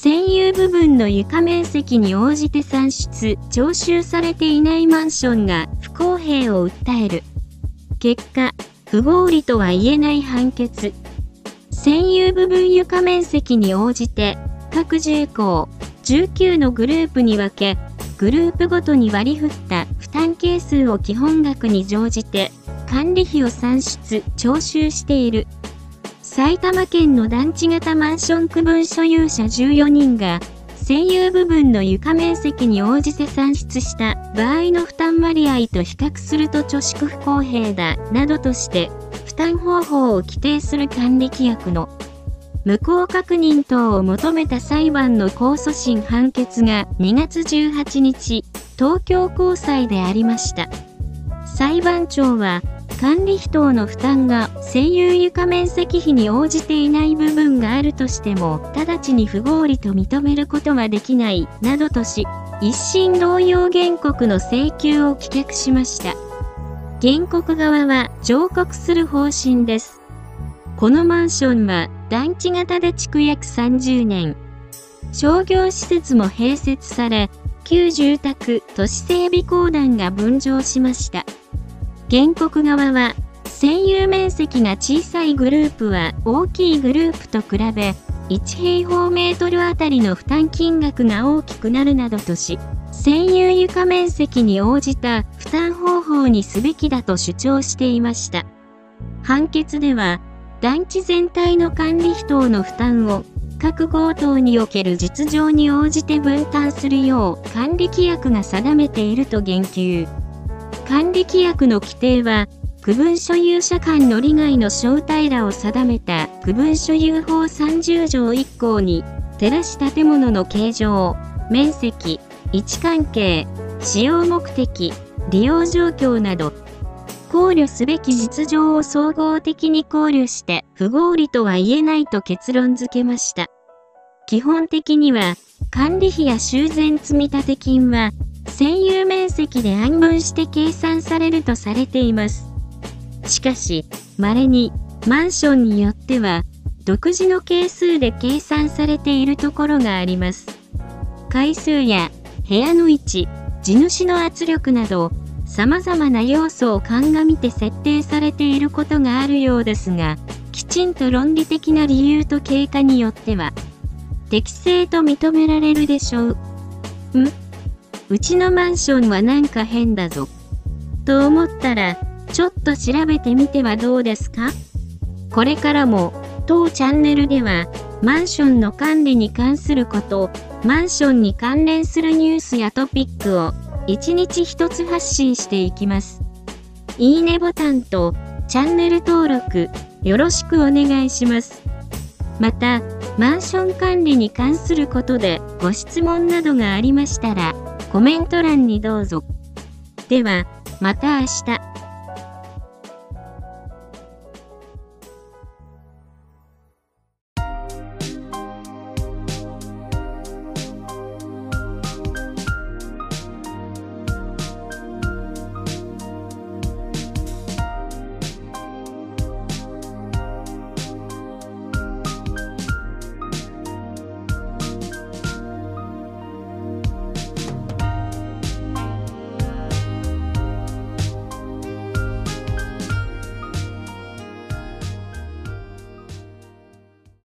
占有部分の床面積に応じて算出・徴収されていないマンションが不公平を訴える。結果、不合理とは言えない判決。占有部分床面積に応じて、各10項、19のグループに分け、グループごとに割り振った負担係数を基本額に乗じて、管理費を算出・徴収している。埼玉県の団地型マンション区分所有者14人が、占有部分の床面積に応じて算出した場合の負担割合と比較すると著しく不公平だ、などとして、負担方法を規定する管理規約の無効確認等を求めた裁判の控訴審判決が2月18日、東京高裁でありました。裁判長は、管理費等の負担が占有床面積比に応じていない部分があるとしても、直ちに不合理と認めることができない、などとし、一審同様原告の請求を棄却しました。原告側は上告する方針です。このマンションは団地型で築約30年。商業施設も併設され、旧住宅・都市整備公団が分譲しました。原告側は、占有面積が小さいグループは大きいグループと比べ、1平方メートルあたりの負担金額が大きくなるなどとし、占有床面積に応じた負担方法にすべきだと主張していました。判決では、団地全体の管理費等の負担を各号棟における実情に応じて分担するよう管理規約が定めていると言及。管理規約の規定は、区分所有者間の利害の小平を定めた区分所有法30条1項に照らし建物の形状、面積、位置関係、使用目的、利用状況など、考慮すべき実情を総合的に考慮して不合理とは言えないと結論付けました。基本的には、管理費や修繕積立金は、占有面積で案分して計算されるとされています。しかし、稀にマンションによっては、独自の係数で計算されているところがあります。階数や部屋の位置、地主の圧力など、様々な要素を鑑みて設定されていることがあるようですが、きちんと論理的な理由と経過によっては、適正と認められるでしょう。うちのマンションはなんか変だぞ。と思ったら、ちょっと調べてみてはどうですか？これからも、当チャンネルでは、マンションの管理に関すること、マンションに関連するニュースやトピックを、一日一つ発信していきます。いいねボタンと、チャンネル登録、よろしくお願いします。また、マンション管理に関することでご質問などがありましたら、コメント欄にどうぞ。では、また明日。